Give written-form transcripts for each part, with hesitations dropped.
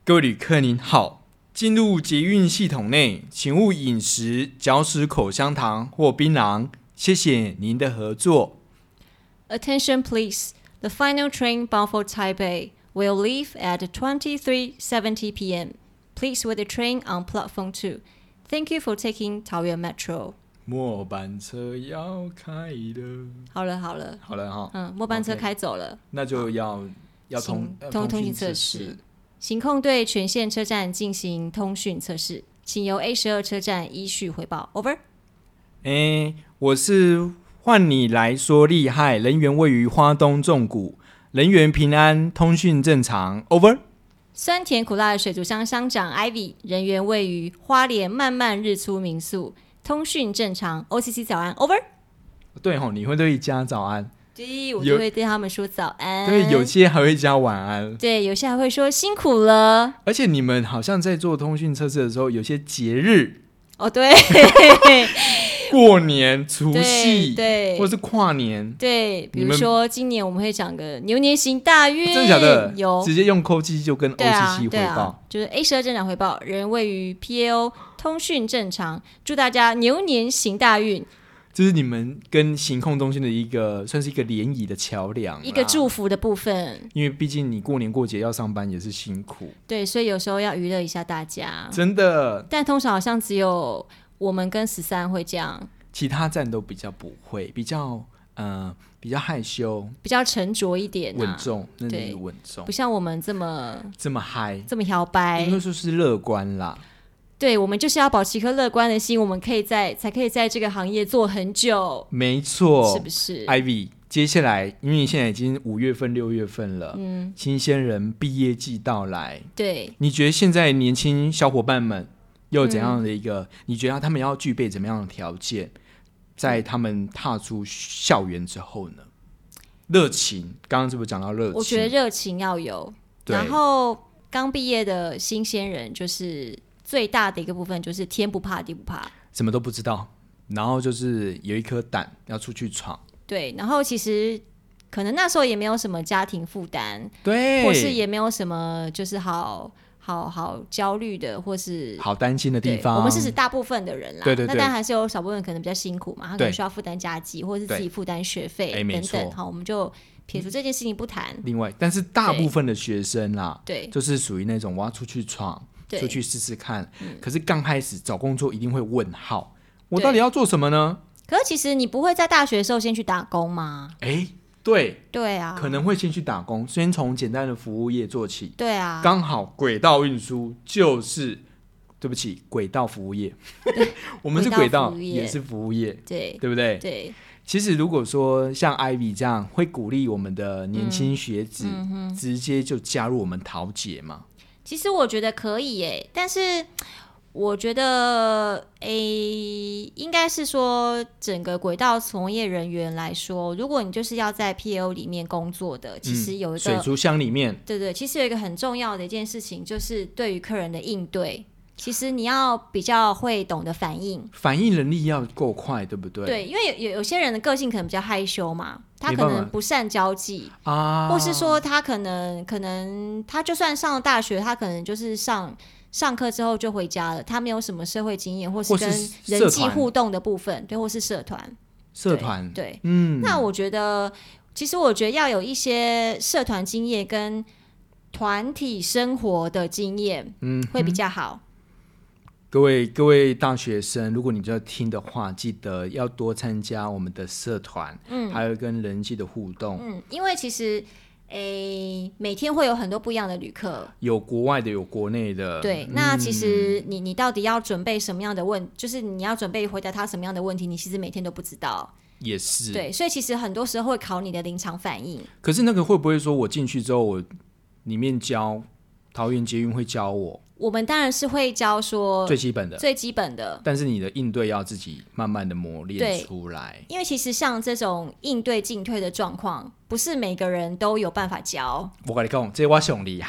各位旅客您好，进入捷运系统内，请勿饮食、嚼食口香糖或槟榔，谢谢您的合作。 Attention please, the final train bound for Taipei will leave at 23:70 p.m. Please wait the train on platform 2. Thank you for taking Taoyuan Metro. 末班车要开了。 好了好了哈， 末班车开走了， 那就要通讯测试。行控对全线车站进行通讯测试，请由 A12 车站依序回报。Over。 我是换你来说厉害，人员位于花东纵谷，人员平安，通讯正常。Over。 酸甜苦辣的水族箱箱长 Ivy， 人员位于花莲漫漫日出民宿，通讯正常。OCC 早安。Over。 对吼，你会对家早安。 对，我就会对他们说早安。 对，有些还会加晚安。 对，有些还会说辛苦了。 而且你们好像在做通讯测试的时候，有些节日哦，对， 过年、除夕， 对， 或是跨年， 对，比如说今年我们会讲个牛年行大运， 真的假的？ 有， 直接用扣机就跟 OCC 汇报， 就是 A12 正常汇报，人位于 PAO 通讯正常，祝大家牛年行大运。 这是你们跟行控中心的算是一个联谊的桥梁， 一个祝福的部分。 因为毕竟你过年过节要上班也是辛苦， 对，所以有时候要娱乐一下大家， 真的。 但通常好像只有我们跟13会这样， 其他站都比较不会，比较害羞， 比较沉着一点， 稳重，那是稳重， 不像我们这么嗨， 这么摇摆， 应该说是乐观啦。 对，我们就是要保持一颗乐观的心，我们才可以在这个行业做很久。 没错， 是不是 Ivy？ 接下来，因为你现在已经5月份、6月份了，新鲜人毕业季到来， 对， 你觉得现在年轻小伙伴们又有怎样的一个？你觉得他们要具备怎么样的条件，在他们踏出校园之后呢？热情，刚刚是不是讲到热情？ 我觉得热情要有，然后刚毕业的新鲜人就是最大的一个部分就是天不怕地不怕， 什么都不知道，然后就是有一颗胆要出去闯。 对，然后其实可能那时候也没有什么家庭负担， 对， 或是也没有什么就是好焦虑的，或是好担心的地方。 我们是指大部分的人啦， 对， 那当然还是有少部分可能比较辛苦嘛，他可能需要负担家计，或者是自己负担学费等等。好，我们就撇除这件事情不谈。 另外，但是大部分的学生啦， 对， 就是属于那种我要出去闯。出去试试看，可是刚开始找工作一定会问号，我到底要做什么呢？ 可是其实你不会在大学的时候先去打工吗？ 对啊，可能会先去打工，先从简单的服务业做起。 对啊， 刚好轨道运输就是对不起，轨道服务业我们是轨道也是服务业，对不对？ 对。 其实如果说像 Ivy 这样会鼓励我们的年轻学子直接就加入我们桃姐吗？ 其实我觉得可以耶，但是我觉得应该是说整个轨道从业人员来说，如果你就是要在 PAO 里面工作的，其实有一个水族箱里面， 对，其实有一个很重要的一件事情，就是对于客人的应对，其实你要比较会懂得反应能力要够快，对不对？ 对，因为有些人的个性可能比较害羞嘛，他可能不善交际啊，或是说他可能他就算上了大学，他可能就是上课之后就回家了，他没有什么社会经验，或是跟人际互动的部分，对，或是社团，对，那我觉得，其实我觉得要有一些社团经验跟团体生活的经验，会比较好。 各位大学生，如果你在听的话，记得要多参加我们的社团，还有跟人际的互动， 因为其实每天会有很多不一样的旅客，有国外的，有国内的， 对，那其实你到底要准备什么样的就是你要准备回答他什么样的问题，你其实每天都不知道， 也是， 对，所以其实很多时候会考你的临场反应。 可是那个会不会说我进去之后，我里面教桃园捷运会教我们当然是会教说最基本的， 但是你的应对要自己慢慢的磨练出来。 因为其实像这种应对进退的状况，不是每个人都有办法教。 我跟你讲，这我很厉害。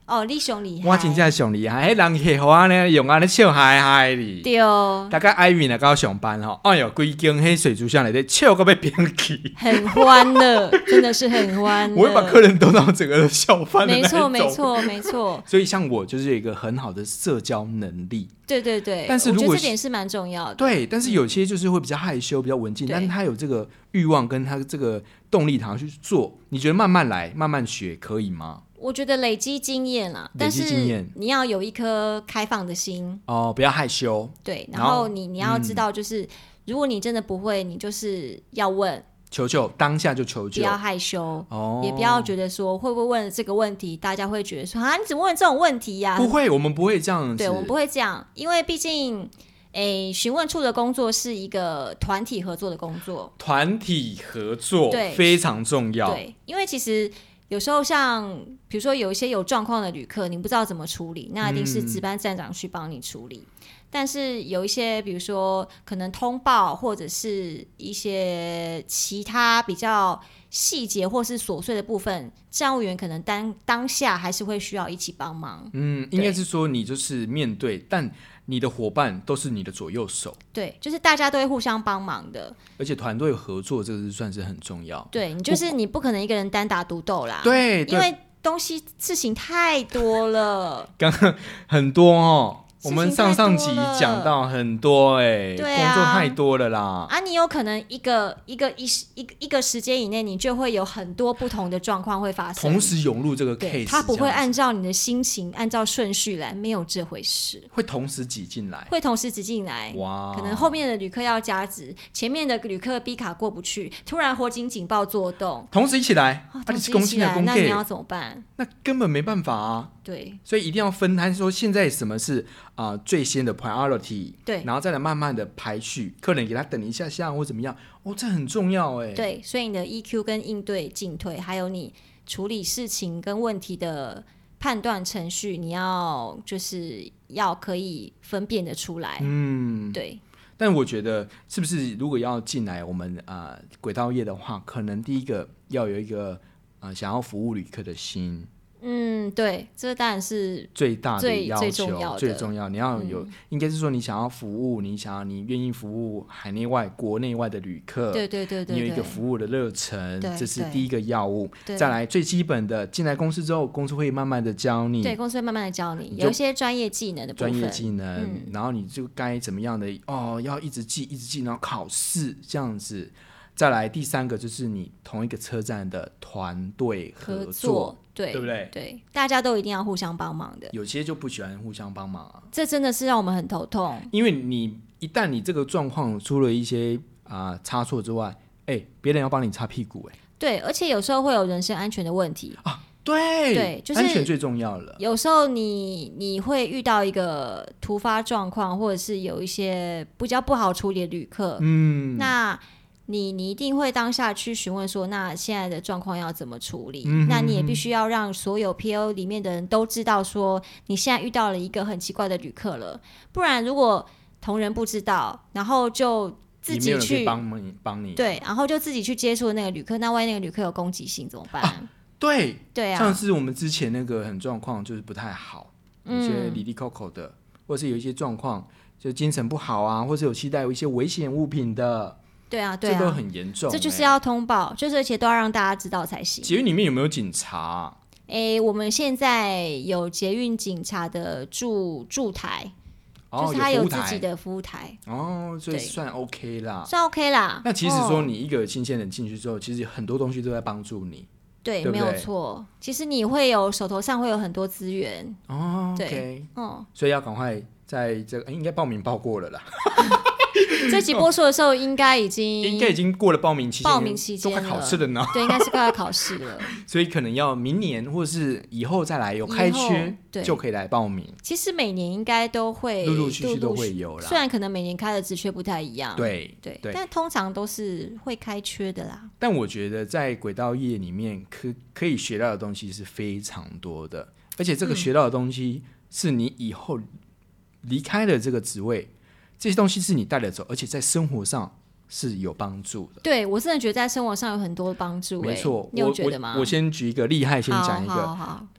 你上厉害， 我真正上厉害，迄人客户安尼用安尼笑嗨嗨哩。 对， 大概艾米来到上班吼，哎呦，规间迄水族箱里底笑到要扁起， 很欢乐，真的是很欢乐。 我会把客人逗到整个笑翻的那一种。 没错。 所以像我就是有一个很好的社交能力。 对， 但是如果我觉得这点是蛮重要的。 对，但是有些就是会比较害羞、比较文静，但是他有这个欲望跟他这个动力，他去做。你觉得慢慢来、慢慢学可以吗？ 我觉得累积经验啦，但是你要有一颗开放的心哦，不要害羞。 对，然后你要知道，就是如果你真的不会，你就是要问。 求救，当下就求救， 不要害羞，也不要觉得说会不会问这个问题，大家会觉得说啊，你怎么问这种问题呀？ 不会，我们不会这样子。 对，我们不会这样，因为毕竟，询问处的工作是一个团体合作的工作， 团体合作对非常重要。 对，因为其实有时候像比如说有一些有状况的旅客，你不知道怎么处理，那一定是值班站长去帮你处理。但是有一些比如说可能通报或者是一些其他比较细节或是琐碎的部分，站务员可能当下还是会需要一起帮忙。 应该是说你就是面对，但你的伙伴都是你的左右手。 对，就是大家都会互相帮忙的， 而且团队合作这个是算是很重要。 对，你不可能一个人单打独斗啦。 对， 因为事情太多了， 刚刚很多哦。我们上集讲到很多工作太多了啦。 你有可能一个时间以内，你就会有很多不同的状况会发生， 同时涌入这个 case， 它不会按照你的心情、按照顺序来，没有这回事。 会同时挤进来， 哇！可能后面的旅客要加值，前面的旅客 B 卡过不去，突然火警警报作动， 同时一起来， 那你要怎么办？ 那根本没办法啊。 对， 所以一定要分摊，说现在什么是最先的 priority， 对， 然后再来慢慢的排序，客人给他等一下下或怎么样，这很重要哎。 对，所以你的 EQ 跟应对进退，还有你处理事情跟问题的判断程序，你要可以分辨得出来。对。 但我觉得是不是如果要进来我们轨道业的话，可能第一个要有一个想要服务旅客的心。 对，这当然是最大的要求， 最重要。你要有，应该是说你想要服务，你愿意服务海内外、国内外的旅客。 对， 你有一个服务的热忱，这是第一个要务。再来最基本的，进来公司之后，公司会慢慢的教你。 对，公司会慢慢的教你，有一些专业技能的部分。 然后你就该怎么样的要一直记，然后考试这样子。再来第三个就是你同一个车站的团队合作，对不对？ 对，大家都一定要互相帮忙的。 有些就不喜欢互相帮忙啊， 这真的是让我们很头痛。 因为一旦你这个状况出了一些差错之外，别人要帮你擦屁股对，而且有时候会有人身安全的问题啊。 对，就是安全最重要了。 有时候你会遇到一个突发状况，或者是有一些比较不好处理的旅客，那你一定会当下去询问说，那现在的状况要怎么处理？那你也必须要让所有 PO 里面的人都知道说，你现在遇到了一个很奇怪的旅客了。不然如果同仁不知道，然后就自己去帮你， 对，然后就自己去接触那个旅客，那万一那个旅客有攻击性怎么办？对啊， 像是我们之前那个很状况就是不太好，有些里里扣扣的，或是有一些状况就精神不好啊，或是有携带有一些危险物品的。 对啊， 这都很严重， 这就是要通报，而且都要让大家知道才行。 捷运里面有没有警察？ 我们现在有捷运警察的驻台，就是他有自己的服务台所以算 OK 啦， 那其实说你一个新鲜人进去之后，其实很多东西都在帮助你。 对，没有错。其实你会有手头上会有很多资源对，所以要赶快在这个应该报名报过了啦。 这集播出的时候应该已经过了报名期间都快考试了呢。 对，应该是快要考试了。 所以可能要明年或是以后再来有开缺就可以来报名。 其实每年应该都会陆续都会有啦， 虽然可能每年开的职缺不太一样， 对， 但通常都是会开缺的啦。 但我觉得在轨道业里面可以学到的东西是非常多的，而且这个学到的东西是你以后离开了这个职位，这些东西是你带得走，而且在生活上是有帮助的。 对，我真的觉得在生活上有很多帮助。 没错， 你有觉得吗？ 我先举一个厉害，先讲一个。 好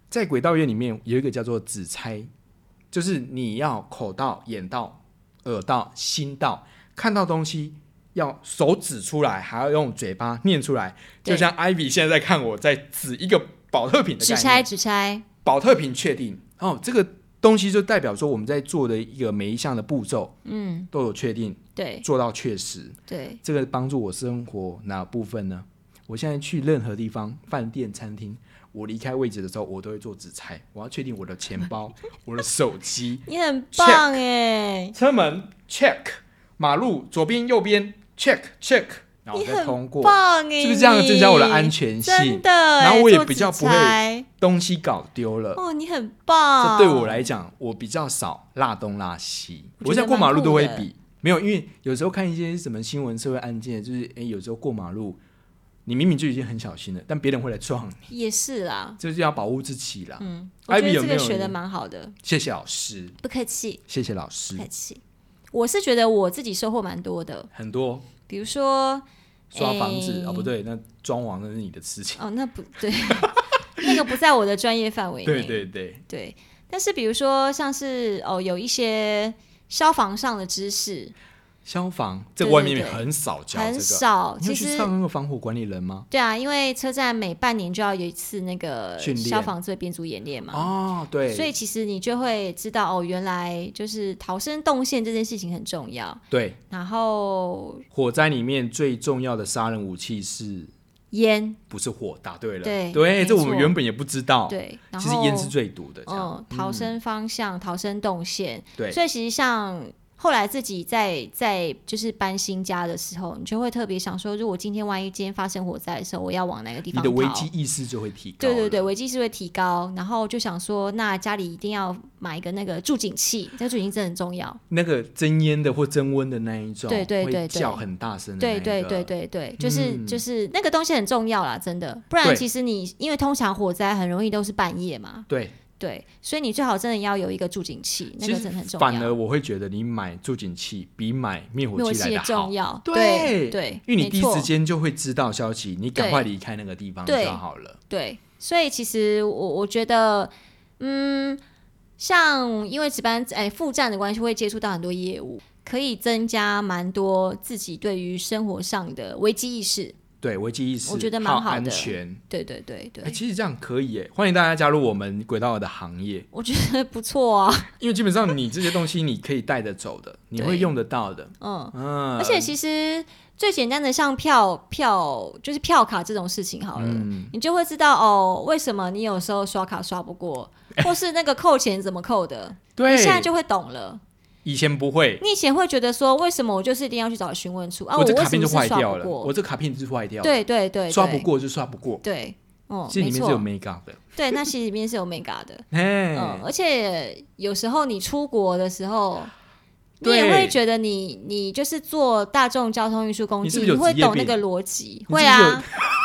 在轨道院里面有一个叫做指差，就是你要口到、眼到、耳到、心到，看到东西要手指出来，还要用嘴巴念出来，就像 Ivy 现在在看我在指一个保特瓶的概念， 指差， 保特瓶确定这个东西就代表说我们在做的一个每一项的步骤，都有确定， 对， 做到确实， 对， 这个帮助我生活哪部分呢？我现在去任何地方，饭店、餐厅，我离开位置的时候，我都会做指差，我要确定我的钱包、我的手机， 你很棒耶！ 车门 check， 马路左边、右边 check， 然后再通过，是不是这样增加我的安全性？ 真的， 然后我也比较不会东西搞丢了。 你很棒。 这对我来讲，我比较少落东落西。我现在过马路都会比，没有，因为有时候看一些什么新闻、社会案件，就是有时候过马路，你明明就已经很小心了，但别人会来撞你。 也是啦， 就是要保护自己啦。 我觉得这个学的蛮好的， 谢谢老师。 不客气， 谢谢老师。 不客气。我是觉得我自己收获蛮多的， 很多， 比如说刷房子不对，那装潢那是你的事情。 那不对，那个不在我的专业范围内。 对。 但是比如说像是有一些消防上的知识。 消防在外面很少教这个， 很少。 你有去上那个防火管理人吗？ 对啊，因为车站每半年就要有一次那个消防队编组演练嘛。 对。 所以其实你就会知道原来就是逃生动线这件事情很重要。 对。 然后火灾里面最重要的杀人武器是烟， 不是火。答对了。 对， 这我们原本也不知道。 对，然后其实烟是最毒的。 逃生方向、逃生动线。 对， 所以其实像后来自己在就是搬新家的时候，你就会特别想说，如果今天万一今天发生火灾的时候，我要往哪个地方逃？ 你的危机意识就会提高。 对，危机意识会提高，然后就想说，那家里一定要买一个那个助警器，这助警器真的很重要。 那个增烟的或增温的那一种， 对， 会叫很大声的那个。对，就是那个东西很重要啦，真的。不然其实你因为通常火灾很容易都是半夜嘛。对，所以你最好真的要有一个助警器，那个真的很重要。 反而我会觉得你买助警器比买灭火器来的好。 重要。 对，因为你第一时间就会知道消息，你赶快离开那个地方就好了。 对，所以其实我觉得，像因为值班副站的关系，会接触到很多业务，可以增加蛮多自己对于生活上的危机意识。 对，危机意识， 我觉得蛮好的， 安全。 对。 其实这样可以耶，欢迎大家加入我们轨道的行业。 我觉得不错啊， 因为基本上你这些东西你可以带得走的，你会用得到的。 而且其实最简单的像票就是票卡这种事情好了，你就会知道为什么你有时候刷卡刷不过，或是那个扣钱怎么扣的， 对， 你现在就会懂了。 以前不会， 你以前会觉得说，为什么我就是一定要去找询问处我这卡片就坏掉了，我这卡片就是坏掉了， 对， 刷不过就刷不过， 对， 其实里面是有 mega 的， 对，那其实里面是有 mega 的，而且有时候你出国的时候，你也会觉得你就是坐大众交通运输工具，你会懂那个逻辑，会啊。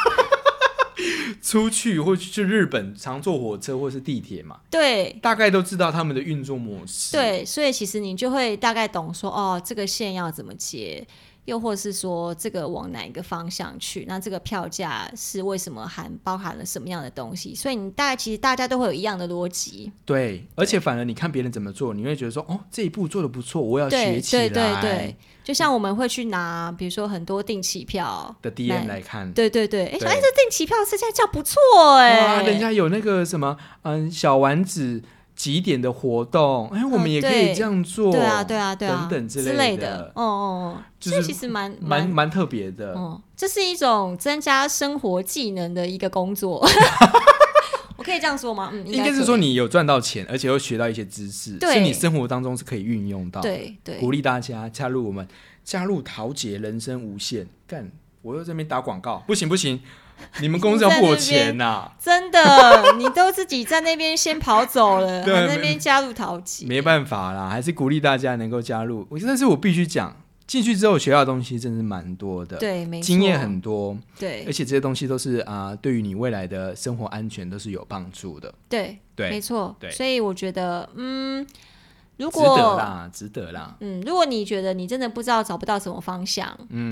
出去或去日本常坐火车或是地铁嘛， 对， 大概都知道他们的运作模式。 对，所以其实你就会大概懂说，这个线要怎么接，又或是说这个往哪一个方向去，那这个票价是为什么包含了什么样的东西，所以你其实大家都会有一样的逻辑。 对，而且反而你看别人怎么做，你会觉得说，这一步做得不错，我要学起来。 对，就像我们会去拿比如说很多定期票的 DM 来看， 对，这定期票这家叫不错人家有那个什么小丸子几点的活动，我们也可以这样做， 对啊， 等等之类的， 就是其实蛮特别的， 这是一种增加生活技能的一个工作。我可以这样说吗？ 应该是说你有赚到钱，而且又学到一些知识，是你生活当中是可以运用到的。 对，鼓励大家加入我们，加入陶姐人生无限。干，我又在那边打广告，不行，你们公司要付我钱呐！ 真的，你都自己在那边先跑走了，还在那边加入陶姐， 没办法啦，还是鼓励大家能够加入。但是我必须讲。进去之后学到的东西真的是蛮多的， 对，没错， 经验很多， 对， 而且这些东西都是对于你未来的生活安全都是有帮助的， 对，没错， 对， 所以我觉得，如果值得啦， 如果你觉得你真的不知道找不到什么方向，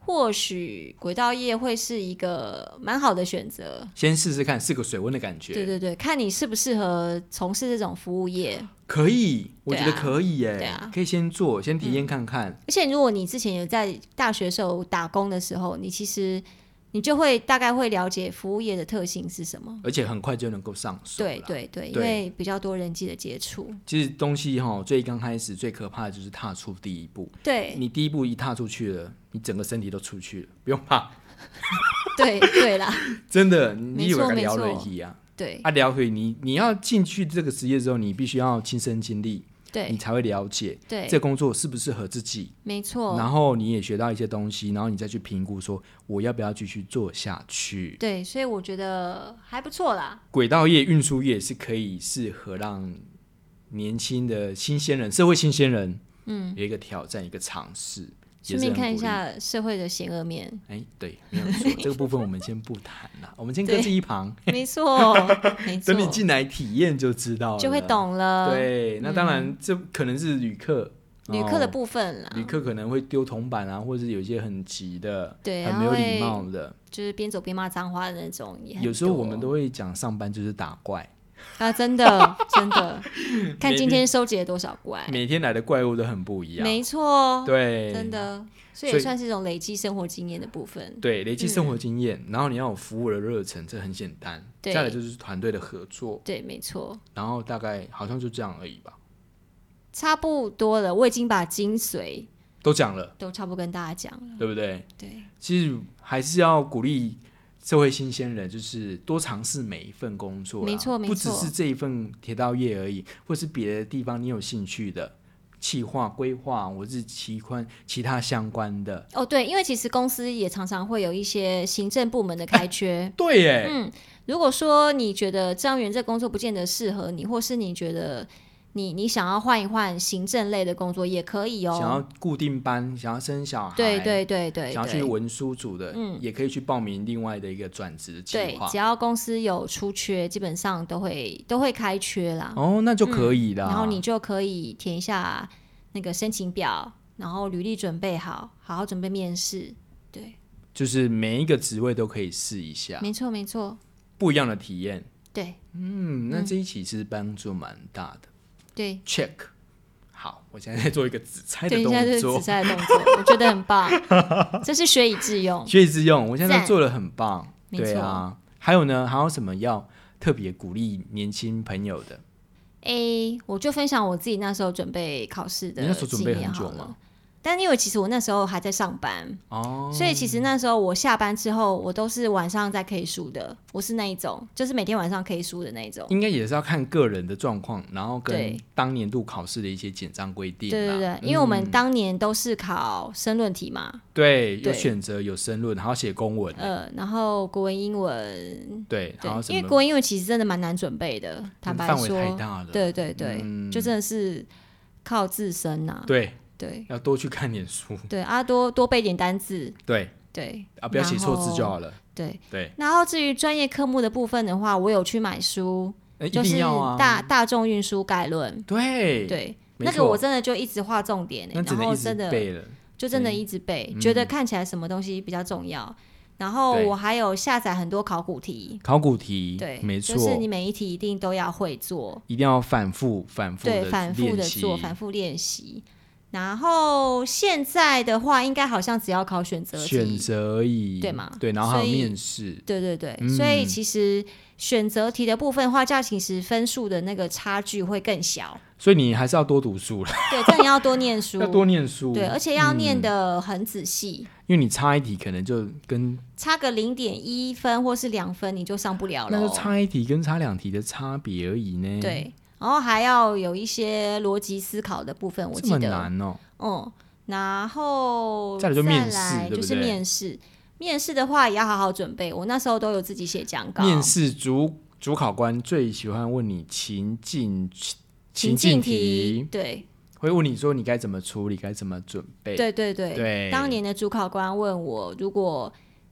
或许轨道业会是一个蛮好的选择， 先试试看，试个水温的感觉。 对对对，看你适不适合从事这种服务业。 可以，我觉得可以耶， 对啊， 可以先做，先体验看看。 而且如果你之前有在大学时候打工的时候，你其实你就会大概会了解服务业的特性是什么， 而且很快就能够上手。 对对对，因为比较多人际的接触。 其实东西最刚开始最可怕的就是踏出第一步。 对， 你第一步一踏出去了，你整个身体都出去了，不用怕。 对对啦， 真的，你以为个聊了一样。 对啊，聊回你要进去这个职业之后，你必须要亲身经历， 对， 你才会了解对这工作适不适合自己。 没错。 然后你也学到一些东西，然后你再去评估说我要不要继续做下去。 对，所以我觉得还不错啦。 轨道业、运输业是可以适合让年轻的新鲜人、社会新鲜人，有一个挑战、一个尝试。 顺便看一下社会的险恶面。 对，没有错，这个部分我们先不谈了，我们先搁置一旁。 没错，没错。 等你进来体验就知道了， 就会懂了。 对，那当然，这可能是旅客的部分啦。 旅客可能会丢铜板啊，或者是有一些很急的， 对， 很没有礼貌的， 就是边走边骂脏话的那种也很多。 有时候我们都会讲上班就是打怪。 啊，真的真的，看今天收集了多少怪， 每天来的怪物都很不一样， 没错， 对， 真的，所以也算是一种累积生活经验的部分。 对，累积生活经验，然后你要有服务的热忱，这很简单。再来就是团队的合作， 对，没错。 然后大概好像就这样而已吧， 差不多了，我已经把精髓都讲了， 都差不多跟大家讲了， 对不对？ 对， 其实还是要鼓励社会新鲜人，就是多尝试每一份工作， 没错没错， 不只是这一份铁道业而已，或是别的地方你有兴趣的企划规划，或是其他相关的。 对，因为其实公司也常常会有一些行政部门的开缺。 对耶， 如果说你觉得站务员这工作不见得适合你，或是你觉得你想要换一换行政类的工作也可以哦。 想要固定班，想要生小孩， 对对对对， 想要去文书组的，也可以去报名另外的一个转职计划。 对，只要公司有出缺，基本上都会开缺啦。 那就可以啦。 然后你就可以填一下那个申请表，然后履历准备好，好好准备面试。对， 就是每一个职位都可以试一下。 没错没错， 不一样的体验。 对， 那这一期其实帮助蛮大的。 对 ，check。好，我现在在做一个指猜的动作。 对，现在是指猜的动作，我觉得很棒，这是学以致用。 学以致用，我现在做的很棒。 没错。 对啊，还有呢？还有什么要特别鼓励年轻朋友的？ 我就分享我自己那时候准备考试的经验好了。你那时候准备很久吗？但因为其实我那时候还在上班，所以其实那时候我下班之后，我都是晚上在 K 书的。我是那一种，就是每天晚上 K 书的那一种。 应该也是要看个人的状况，然后跟当年度考试的一些简章规定。 对对对，因为我们当年都是考申论题嘛。 对，有选择有申论，还要写公文。 然后国文、英文。 对，然后因为国文、英文其实真的蛮难准备的，坦白说， 范围太大了。 对对对，就真的是靠自身啊。对， 要多去看点书。 对啊，多背点单字。 对啊，不要写错字就好了。对。 然后至于专业科目的部分的话，我有去买书，就是大众运输概论。对，那个我真的就一直画重点，然后真的背了， 就真的一直背，觉得看起来什么东西比较重要。然后我还有下载很多考古题，对，没错，就是你每一题一定都要会做， 一定要反复的做，反复练习。然后现在的话，应该好像只要考选择而已， 对吗？ 对，然后还有面试， 对，所以其实选择题的部分的话，其实分数的那个差距会更小， 所以你还是要多读书了。 对，这你要多念书， 要多念书， 对，而且要念得很仔细， 因为你差一题可能就跟差个0.1分或是2分你就上不了了， 那就差一题跟差2题的差别而已呢。 对。然后还要有一些逻辑思考的部分，我记得这么难哦。 然后再来就面试， 就是面试。面试的话也要好好准备，我那时候都有自己写讲稿。 面试主考官最喜欢问你情境题， 对， 会问你说你该怎么处理，该怎么准备。 对。当年的主考官问我，如果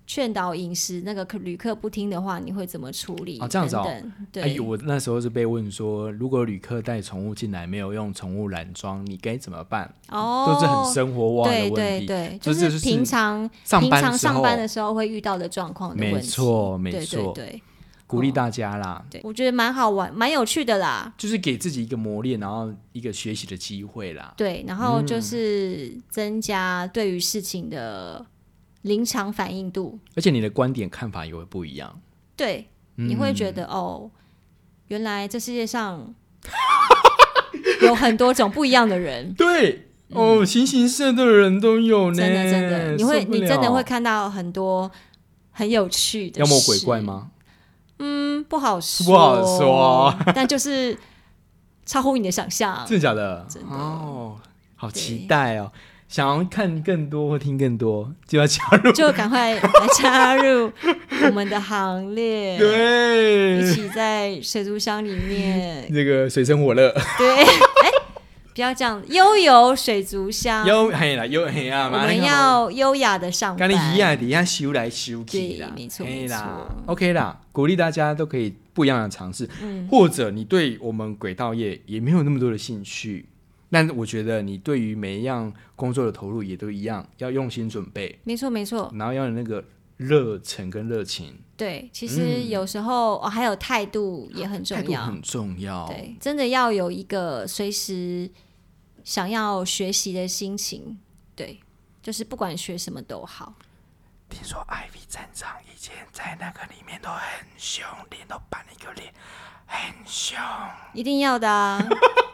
劝导饮食那个旅客不听的话，你会怎么处理？ 这样子哦。 等等对， 我那时候是被问说，如果旅客带宠物进来没有用宠物篮装，你该怎么办？都是很生活化的问题。 对对对，就是平常上班的时候会遇到的状况的问题。 没错没错， 对， 鼓励大家啦。 对，我觉得蛮好玩蛮有趣的啦， 就是给自己一个磨练，然后一个学习的机会啦。 对，然后就是增加对于事情的临场反应度， 而且你的观点看法也会不一样。 对，你会觉得原来这世界上有很多种不一样的人。 对，形形色色的人都有呢， 真的你真的会看到很多很有趣的事。 妖魔鬼怪吗？ 不好说，但就是超乎你的想象。 真的假的？ 真的好期待哦！想要看更多或听更多，就要加入， 就赶快来加入我们的行列。 对， 一起在水族箱里面这个水深火热。 对，不要这样，悠游水族箱，我们要优雅的上班， 跟你一样底下修来修去啦， 没错 ，OK 啦，鼓励大家都可以不一样的尝试，或者你对我们轨道业也没有那么多的兴趣，但我觉得你对于每一样工作的投入也都一样，要用心准备， 没错， 然后要有那个热忱跟热情。 对，其实有时候还有态度也很重要， 态度很重要。 对，真的要有一个随时想要学习的心情。对，就是不管学什么都好。 听说 Ivy 站长以前在那个里面都很凶，脸都板了一个脸，很凶。 一定要的啊！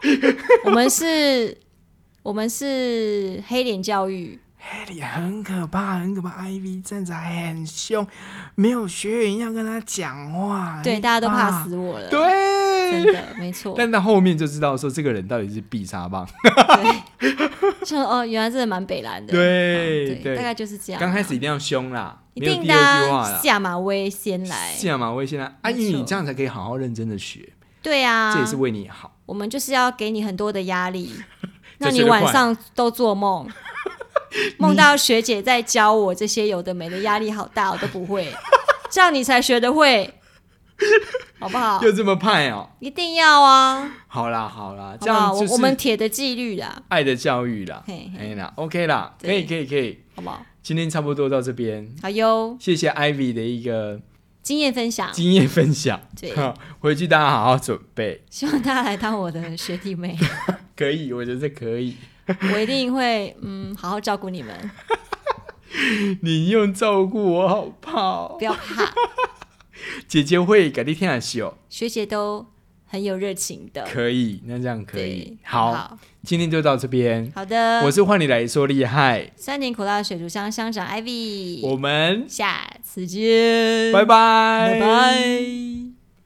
我们是黑脸教育。 黑脸很可怕，Ivy 站长很凶，没有学员要跟他讲话， 对，大家都怕死我了。 对， 真的没错。 但到后面就知道说这个人到底是必杀棒。 对，就原来真的蛮北蓝的。 对， 大概就是这样。 刚开始一定要凶啦， 一定的， 没有第二句话啦， 下马威先来， 因为你这样才可以好好认真的学。 对啊， 这也是为你好。 我们就是要给你很多的压力，让你晚上都做梦。梦到学姐在教我这些有的没的，压力好大，我都不会，这样你才学得会，好不好？ 就这么派哦， 一定要啊！ 好啦，这样就是我们铁的纪律啦， 爱的教育啦，啦 ，OK 啦，可以， 好不好？ 今天差不多到这边， 好哟， 谢谢 Ivy 的一个经验分享， 对，回去大家好好准备， 希望大家来当我的学弟妹， 可以，我觉得可以。 我一定会好好照顾你们。 你用照顾我好怕哦， 不要怕， 姐姐会给你听下秀， 学姐都很有热情的。 可以，那这样可以。好，今天就到这边。 好的， 我是换你来说厉害 3年苦辣水族箱乡长 Ivy， 我们下次见， 拜拜。